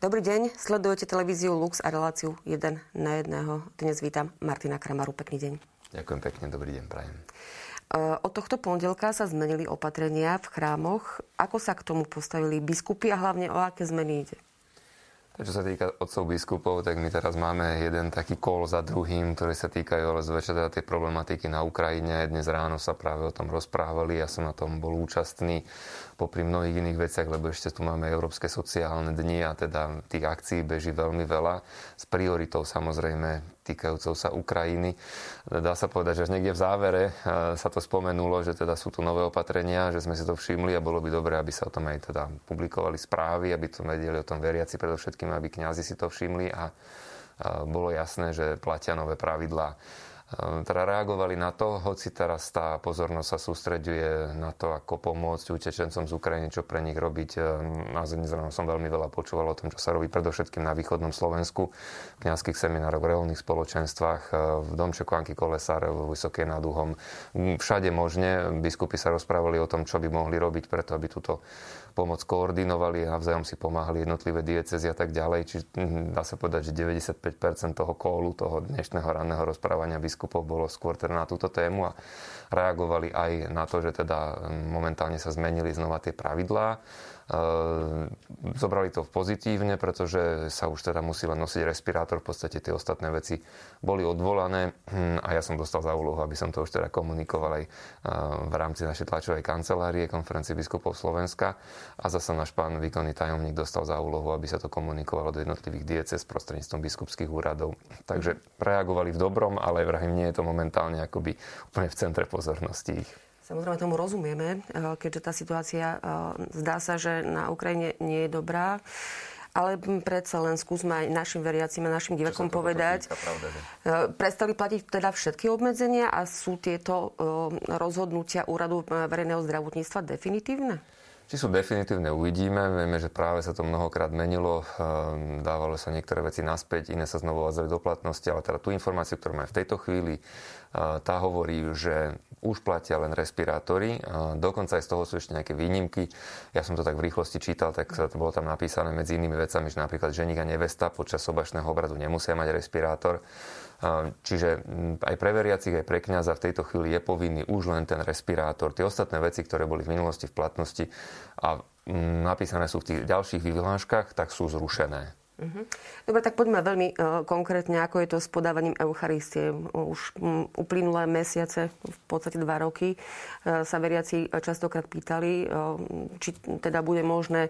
Dobrý deň, sledujete televíziu Lux a reláciu 1 na 1. Dnes vítam Martina Kramaru. Pekný deň. Ďakujem pekne, dobrý deň, prajem. Od tohto pondelka sa zmenili opatrenia v chrámoch. Ako sa k tomu postavili biskupy a hlavne o aké zmeny ide? Čo sa týka otcov biskupov, tak my teraz máme jeden taký kol za druhým, ktorý sa týkajú ale zväčša tej problematiky na Ukrajine. Dnes ráno sa práve o tom rozprávali, ja som na tom bol účastný popri mnohých iných veciach, lebo ešte tu máme Európske sociálne dni a teda tých akcií beží veľmi veľa. S prioritou samozrejme týkajúcou sa Ukrajiny. Dá sa povedať, že niekde v závere sa to spomenulo, že teda sú tu nové opatrenia, že sme si to všimli a bolo by dobré, aby sa o tom aj teda publikovali správy, aby to vedeli o tom veriaci, predovšetkým, aby kňazi si to všimli a bolo jasné, že platia nové pravidlá. Teda reagovali na to, hoci teraz tá pozornosť sa sústreďuje na to, ako pomôcť utečencom z Ukrajiny, čo pre nich robiť. Dnes ráno som veľmi veľa počúval o tom, čo sa robí predovšetkým na východnom Slovensku, v kňazských seminároch, v reholných spoločenstvách, v domčeku Anky Kolesárov, vo Vysokej nad Uhom. Všade možne biskupy sa rozprávali o tom, čo by mohli robiť preto, aby túto pomoc koordinovali a navzájom si pomáhali jednotlivé diecézy a tak ďalej. Čiže dá sa povedať, že 95% toho kólu, toho dnešného ranného rozprávania biskupov bolo skôr teda na túto tému a reagovali aj na to, že teda momentálne sa zmenili znova tie pravidlá. Zobrali to pozitívne, pretože sa už teda musí len nosiť respirátor, v podstate tie ostatné veci boli odvolané a ja som dostal za úlohu, aby som to už teda komunikoval aj v rámci našej tlačovej kancelárie Konferencie biskupov Slovenska a zasa náš pán výkonný tajomník dostal za úlohu, aby sa to komunikovalo do jednotlivých diecéz prostredníctvom biskupských úradov. Takže reagovali v dobrom, ale vrahým nie je to momentálne akoby úplne v centre pozornosti ich. Samozrejme tomu rozumieme, keďže tá situácia zdá sa, že na Ukrajine nie je dobrá. Ale predsa len skúsme aj našim veriacim a našim divakom povedať. Prestali platiť teda všetky obmedzenia a sú tieto rozhodnutia Úradu verejného zdravotníctva definitívne? Či sú definitívne, uvidíme. Vieme, že práve sa to mnohokrát menilo. Dávalo sa niektoré veci naspäť, iné sa znovu uvádzali do platnosti. Ale teda tú informáciu, ktorú máme v tejto chvíli, tá hovorí, že už platia len respirátory. Dokonca aj z toho sú ešte nejaké výnimky. Ja som to tak v rýchlosti čítal, tak to bolo tam napísané medzi inými vecami, že napríklad ženík a nevesta počas sobašného obradu nemusia mať respirátor. Čiže aj pre veriacich, aj pre kňaza v tejto chvíli je povinný už len ten respirátor. Tie ostatné veci, ktoré boli v minulosti v platnosti a napísané sú v tých ďalších vyhláškach, tak sú zrušené. Dobre, tak poďme veľmi konkrétne, ako je to s podávaním Eucharistie. Už uplynulé mesiace, v podstate 2 roky, sa veriaci častokrát pýtali, či teda bude možné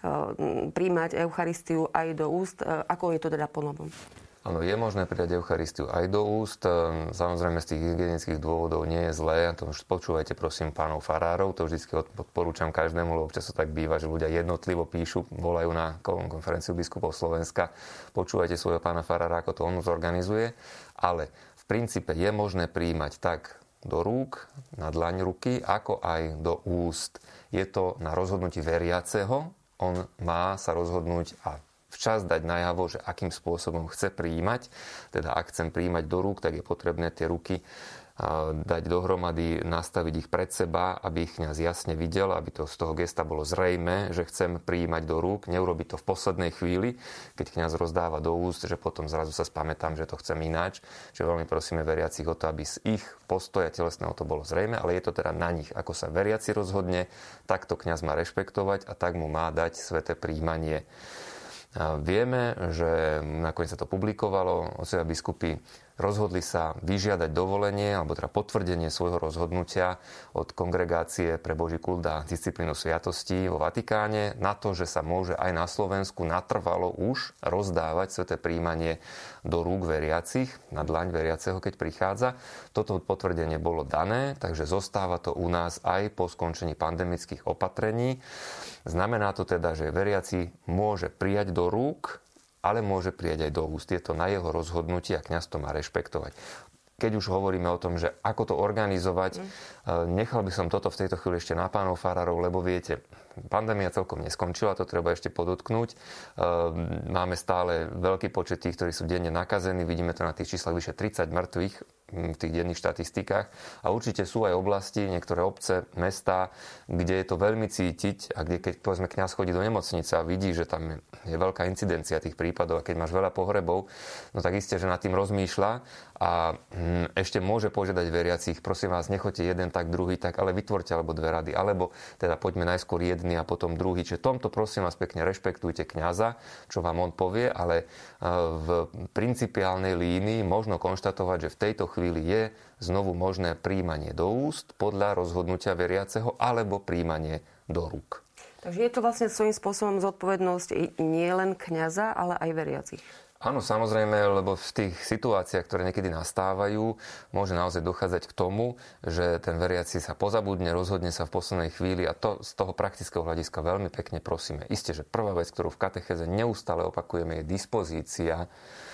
príjmať Eucharistiu aj do úst. Ako je to teda po novom? Áno, je možné pridať Eucharistiu aj do úst. Samozrejme z tých hygienických dôvodov nie je zlé. To už počúvajte prosím pánov farárov. To vždy odporúčam každému, lebo občas to tak býva, že ľudia jednotlivo píšu, volajú na Konferenciu biskupov Slovenska. Počúvajte svojho pána farára, ako to on zorganizuje. Ale v princípe je možné prijímať tak do rúk, na dlaň ruky, ako aj do úst. Je to na rozhodnutí veriaceho. On má sa rozhodnúť a včas dať najavo, že akým spôsobom chce prijímať. Teda ak chcem prijímať do rúk, tak je potrebné tie ruky dať dohromady, nastaviť ich pred seba, aby ich kňaz jasne videl, aby to z toho gesta bolo zrejmé, že chcem prijímať do rúk. Neurobiť to v poslednej chvíli, keď kňaz rozdáva do úst, že potom zrazu sa spamätám, že to chcem ináč. Čiže veľmi prosíme veriacich o to, aby z ich postoja telesného to bolo zrejmé, ale je to teda na nich, ako sa veriaci rozhodne, takto kňaz má rešpektovať a tak mu má dať sväté prijímanie. Vieme, že nakoniec sa to publikovalo, otcovia biskupy rozhodli sa vyžiadať dovolenie alebo teda potvrdenie svojho rozhodnutia od Kongregácie pre Boží kult a disciplínu sviatostí vo Vatikáne na to, že sa môže aj na Slovensku natrvalo už rozdávať sväté prijímanie do rúk veriacich, na dlaň veriaceho, keď prichádza. Toto potvrdenie bolo dané, takže zostáva to u nás aj po skončení pandemických opatrení. Znamená to teda, že veriaci môže prijať do rúk, ale môže prijať aj do úst. Je to na jeho rozhodnutie a kňaz to má rešpektovať. Keď už hovoríme o tom, že ako to organizovať, nechal by som toto v tejto chvíli ešte na pánov farárov, lebo viete, Pandémia celkom neskončila, to treba ešte podotknúť. Máme stále veľký počet tých, ktorí sú denne nakazení. Vidíme to na tých číslach vyše 30 mŕtvych v tých denných štatistikách. A určite sú aj oblasti, niektoré obce, mestá, kde je to veľmi cítiť a kde keď povedzme kňaz chodí do nemocnice a vidí, že tam je veľká incidencia tých prípadov a keď máš veľa pohrebov, no tak isté, že nad tým rozmýšľa a ešte môže požiadať veriacich, prosím vás, nechoďte jeden tak, druhý tak, ale vytvorte alebo dve rady, alebo teda poďme najskôr jedný a potom druhý. Čiže tomto prosím vás pekne rešpektujte kňaza, čo vám on povie, ale v principiálnej línii možno konštatovať, že v tejto chvíli je znovu možné príjmanie do úst podľa rozhodnutia veriaceho alebo príjmanie do rúk. Takže je to vlastne svojím spôsobom zodpovednosť nie len kňaza, ale aj veriacich. Áno, samozrejme, lebo v tých situáciách, ktoré niekedy nastávajú, môže naozaj dochádzať k tomu, že ten veriaci sa pozabudne, rozhodne sa v poslednej chvíli a to z toho praktického hľadiska veľmi pekne prosíme. Isté, že prvá vec, ktorú v katechéze neustále opakujeme, je dispozícia,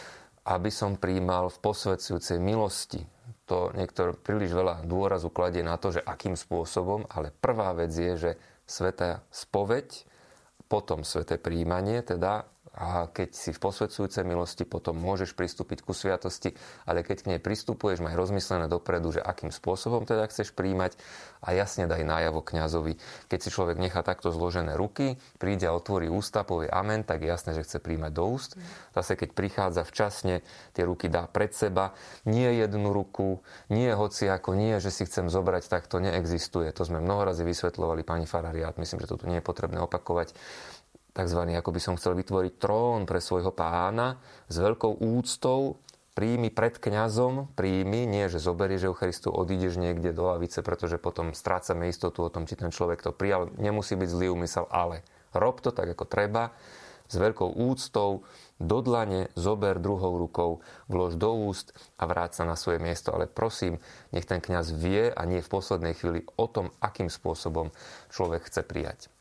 aby som prijímal v posvedzujúcej milosti. To niekto príliš veľa dôrazu kladie na to, že akým spôsobom, ale prvá vec je, že svätá spoveď, potom sväté prijímanie, teda a keď si v posvedzujúcej milosti, potom môžeš pristúpiť ku sviatosti, ale keď k nej pristupuješ, maj rozmyslené dopredu, že akým spôsobom teda chceš prijímať a jasne daj najavo kňazovi. Keď si človek nechá takto zložené ruky, príde a otvorí ústa, povie amen, tak je jasné, že chce prijímať do úst. Zase keď prichádza včasne, tie ruky dá pred seba, nie jednu ruku, nie hociako, nie, že si chcem zobrať, tak to neexistuje. To sme mnoho razy vysvetľovali, pani farári, ja myslím, že toto nie je potrebné opakovať. Takzvaný, ako by som chcel vytvoriť trón pre svojho pána s veľkou úctou, príjmi pred kňazom, príjmi, nie že zoberieš Eucharistiu, odídeš niekde do lavice, pretože potom strácame istotu o tom, či ten človek to prijal. Nemusí byť zlý úmysel, ale rob to tak, ako treba, s veľkou úctou, do dlane, zober druhou rukou, vlož do úst a vráť sa na svoje miesto. Ale prosím, nech ten kňaz vie a nie v poslednej chvíli o tom, akým spôsobom človek chce prijať.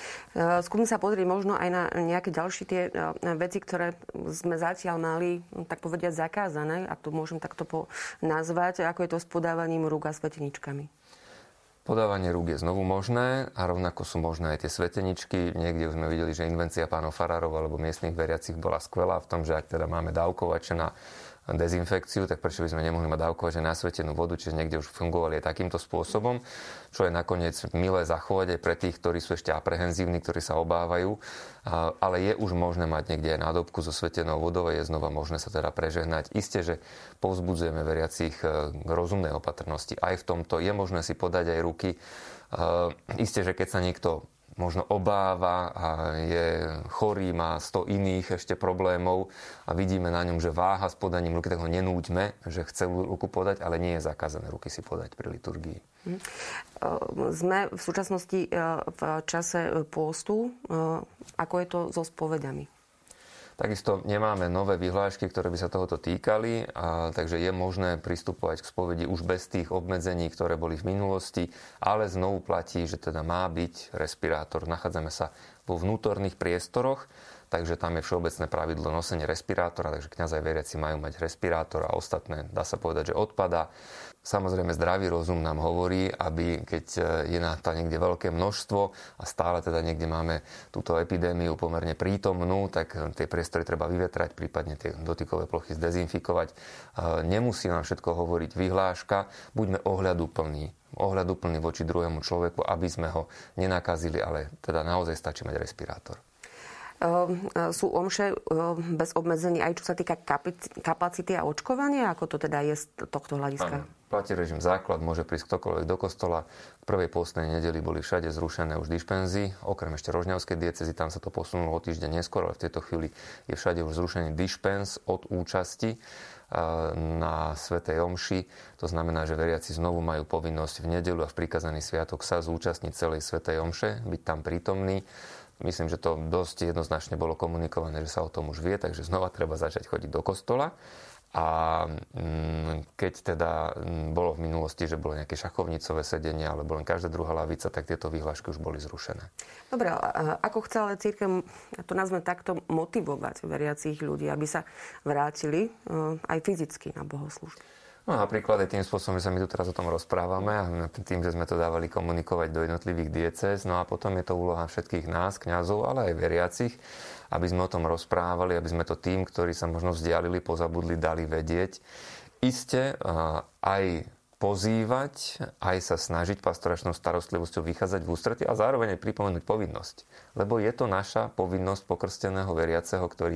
Skúsim sa pozrieť možno aj na nejaké ďalšie tie veci, ktoré sme zatiaľ mali, tak povediať, zakázané, ak to môžem takto nazvať, ako je to s podávaním rúk a sveteničkami. Podávanie rúk je znovu možné a rovnako sú možné aj tie sveteničky. Niekde už sme videli, že invencia pánov farárov alebo miestnych veriacich bola skvelá v tom, že ak teda máme dávkovače na dezinfekciu, tak prečo by sme nemohli mať dávkovače na svetenú vodu, čiže niekde už fungovali aj takýmto spôsobom, čo je nakoniec milé zachovať aj pre tých, ktorí sú ešte aprehenzívni, ktorí sa obávajú, ale je už možné mať niekde aj nádobku so svetenou vodou, je znova možné sa teda prežehnať. Isté, že povzbudzujeme veriacich k rozumnej opatrnosti. Aj v tomto je možné si podať aj ruky. Isté, že keď sa niekto možno obáva a je chorý, má 100 iných ešte problémov a vidíme na ňom, že váha s podaním ruky, tak ho nenúďme, že chce ruku podať, ale nie je zakázané ruky si podať pri liturgii. Sme v súčasnosti v čase pôstu. Ako je to so spoveďami? Takisto nemáme nové vyhlášky, ktoré by sa tohoto týkali, takže je možné pristupovať k spovedi už bez tých obmedzení, ktoré boli v minulosti, ale znovu platí, že teda má byť respirátor. Nachádzame sa vo vnútorných priestoroch, takže tam je všeobecné pravidlo nosenie respirátora, takže kňaz aj veriaci majú mať respirátor a ostatné, dá sa povedať, že odpadá. Samozrejme, zdravý rozum nám hovorí, aby keď je na to niekde veľké množstvo a stále teda niekde máme túto epidémiu pomerne prítomnú, tak tie priestory treba vyvetrať, prípadne tie dotykové plochy zdezinfikovať. Nemusí nám všetko hovoriť vyhláška, buďme ohľaduplní voči druhému človeku, aby sme ho nenakazili, ale teda naozaj stačí mať respirátor. Sú omše bez obmedzení aj čo sa týka kapacity a očkovania? Ako to teda je z tohto hľadiska? Platí režim základ, môže prísť ktokoľvek do kostola. V prvej pôstnej nedeli boli všade zrušené už dišpenzy, okrem ešte Rožňavskej diecézy, tam sa to posunulo o týždeň neskôr, ale v tejto chvíli je všade už zrušený dišpens od účasti na svätej omši. To znamená, že veriaci znovu majú povinnosť v nedeľu a v prikazaný sviatok sa zúčastniť celej svätej omše, byť tam prítomný. Myslím, že to dosť jednoznačne bolo komunikované, že sa o tom už vie, takže znova treba začať chodiť do kostola. A keď teda bolo v minulosti, že bolo nejaké šachovnicové sedenie alebo len každá druhá lavica, tak tieto vyhlášky už boli zrušené. Dobre, ako chce ale cirkev, to nazvem takto, motivovať veriacich ľudí, aby sa vrátili aj fyzicky na bohoslúžby? No napríklad aj tým spôsobom, že sa my tu teraz o tom rozprávame a tým, že sme to dávali komunikovať do jednotlivých diecéz. No a potom je to úloha všetkých nás, kňazov, ale aj veriacich, aby sme o tom rozprávali, aby sme to tým, ktorí sa možno vzdialili, pozabudli, dali vedieť. Iste aj pozývať, aj sa snažiť pastoračnou starostlivosťou vychádzať v ústrety a zároveň aj pripomenúť povinnosť. Lebo je to naša povinnosť pokrsteného veriaceho, ktorý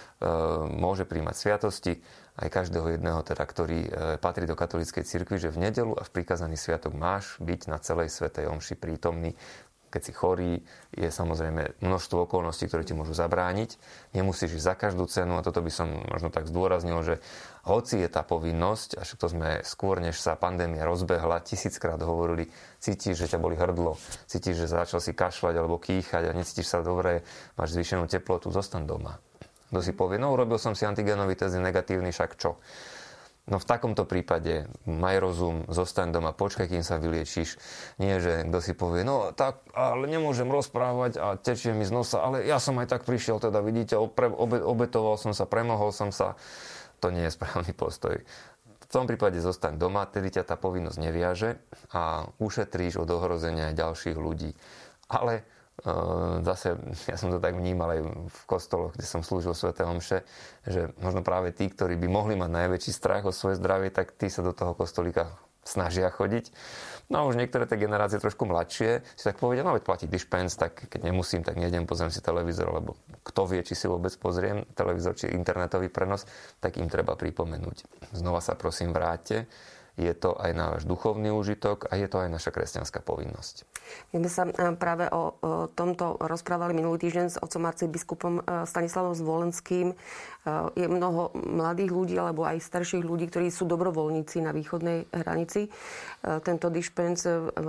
môže príjmať sviatosti, aj každého jedného, teda, ktorý patrí do katolíckej cirkvi, že v nedeľu a v prikázaný sviatok máš byť na celej svätej omši prítomný. Keď si chorý, je samozrejme množstvo okolností, ktoré ti môžu zabrániť. Nemusíš ísť za každú cenu a toto by som možno tak zdôraznil, že hoci je tá povinnosť, až to sme skôr, než sa pandémia rozbehla, 1000-krát hovorili, cítiš, že ťa boli hrdlo, cítiš, že začal si kašľať alebo kýchať a necítiš sa dobre, máš zvýšenú teplotu, zostaň doma. Kto si povie, no urobil som si antigenový test, je negatívny, však čo? No v takomto prípade maj rozum, zostaň doma, počkaj, kým sa vyliečíš. Nie, že kto si povie, no tak, ale nemôžem rozprávať a tečie mi z nosa, ale ja som aj tak prišiel, teda vidíte, obetoval som sa, premohol som sa. To nie je správny postoj. V tom prípade zostaň doma, tedy ťa tá povinnosť neviaže a ušetríš od ohrozenia aj ďalších ľudí. Ale zase, ja som to tak vnímal aj v kostoloch, kde som slúžil sväté omše, že možno práve tí, ktorí by mohli mať najväčší strach o svoje zdravie, tak tí sa do toho kostolíka snažia chodiť. No a už niektoré tie generácie trošku mladšie si tak povedia, no veď platí dišpens, tak keď nemusím, tak nejdem, pozriem si televízor, lebo kto vie, či si vôbec pozriem televízor, či internetový prenos, tak im treba pripomenúť. Znova sa prosím vráťte. Je to aj náš duchovný úžitok a je to aj naša kresťanská povinnosť. My sme sa práve o tomto rozprávali minulý týždeň s otcom arcibiskupom Stanislavom Zvolenským. Je mnoho mladých ľudí alebo aj starších ľudí, ktorí sú dobrovoľníci na východnej hranici. Tento dišpens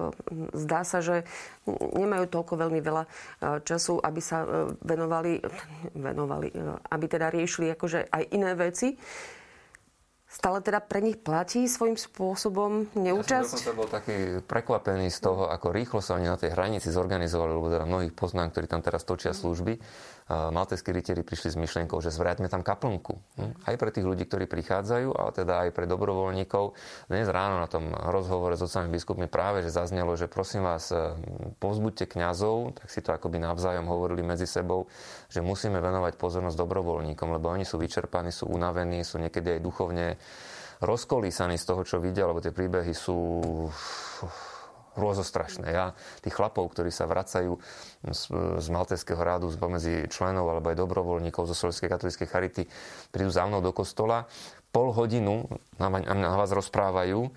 zdá sa, že nemajú toľko veľmi veľa času, aby sa venovali, aby teda riešili akože aj iné veci. Stále teda pre nich platí svojím spôsobom neúčasť? Ja som bol taký prekvapený z toho, ako rýchlo sa oni na tej hranici zorganizovali, lebo teda mnohých poznám, ktorí tam teraz točia služby. Maltéski rytieri prišli s myšlienkou, že zvráťme tam kaplnku. Aj pre tých ľudí, ktorí prichádzajú, ale teda aj pre dobrovoľníkov. Dnes ráno na tom rozhovore s otcami biskupmi práve, že zaznelo, že prosím vás, povzbuďte kňazov, tak si to akoby navzájom hovorili medzi sebou, že musíme venovať pozornosť dobrovoľníkom, lebo oni sú vyčerpaní, sú unavení, sú niekedy aj duchovne rozkolísaní z toho, čo vidia, lebo tie príbehy sú hrôzostrašné. Ja tých chlapov, ktorí sa vracajú z Maltézskeho rádu pomedzi členov alebo aj dobrovoľníkov zo Slovenskej katolíckej charity, prídu za mnou do kostola, pol hodinu na vás rozprávajú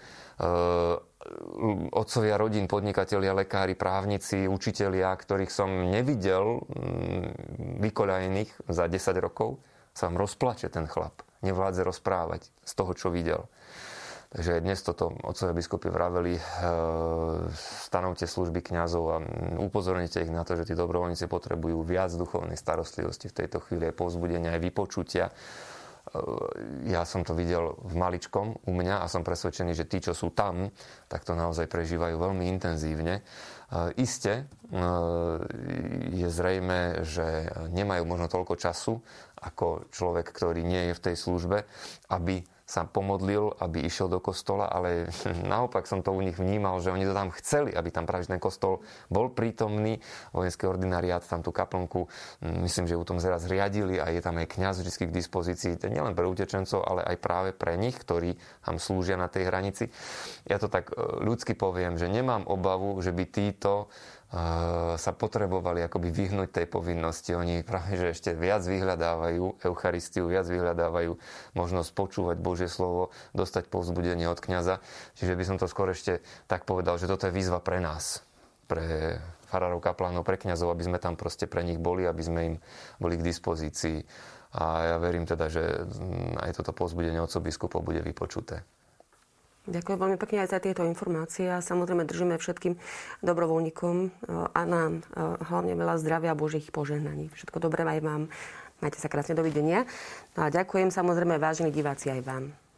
otcovia rodín, podnikatelia, lekári, právnici, učitelia, ktorých som nevidel vykoľajených za 10 rokov, sa vám rozplače ten chlap. Nevládze rozprávať z toho, čo videl. Takže dnes toto otcovia biskupy vraveli, stanovte služby kňazov a upozornite ich na to, že tí dobrovoľníci potrebujú viac duchovnej starostlivosti v tejto chvíli, aj povzbudenia, aj vypočutia. Ja som to videl v maličkom u mňa a som presvedčený, že tí, čo sú tam, tak to naozaj prežívajú veľmi intenzívne. Iste je zrejme, že nemajú možno toľko času ako človek, ktorý nie je v tej službe, aby sa pomodlil, aby išiel do kostola, ale naopak som to u nich vnímal, že oni to tam chceli, aby tam práve ten kostol bol prítomný. Vojenský ordinariát tam tú kaplnku, myslím, že ju tom zraz zriadili a je tam aj kňaz vždy k dispozícii, nielen pre utečencov, ale aj práve pre nich, ktorí tam slúžia na tej hranici. Ja to tak ľudsky poviem, že nemám obavu, že by títo sa potrebovali akoby vyhnúť tej povinnosti. Oni práve, že ešte viac vyhľadávajú Eucharistiu, viac vyhľadávajú možnosť počúvať Božie slovo, dostať povzbudenie od kňaza. Čiže by som to skôr ešte tak povedal, že toto je výzva pre nás, pre farárov, kaplánov, pre kňazov, aby sme tam proste pre nich boli, aby sme im boli k dispozícii. A ja verím teda, že aj toto povzbudenie otcov biskupov bude vypočuté. Ďakujem veľmi pekne aj za tieto informácie a samozrejme držíme všetkým dobrovoľníkom a nám hlavne veľa zdravia a Božích požehnaní. Všetko dobré aj vám. Majte sa krásne, dovidenia. No a ďakujem samozrejme, vážení diváci, aj vám.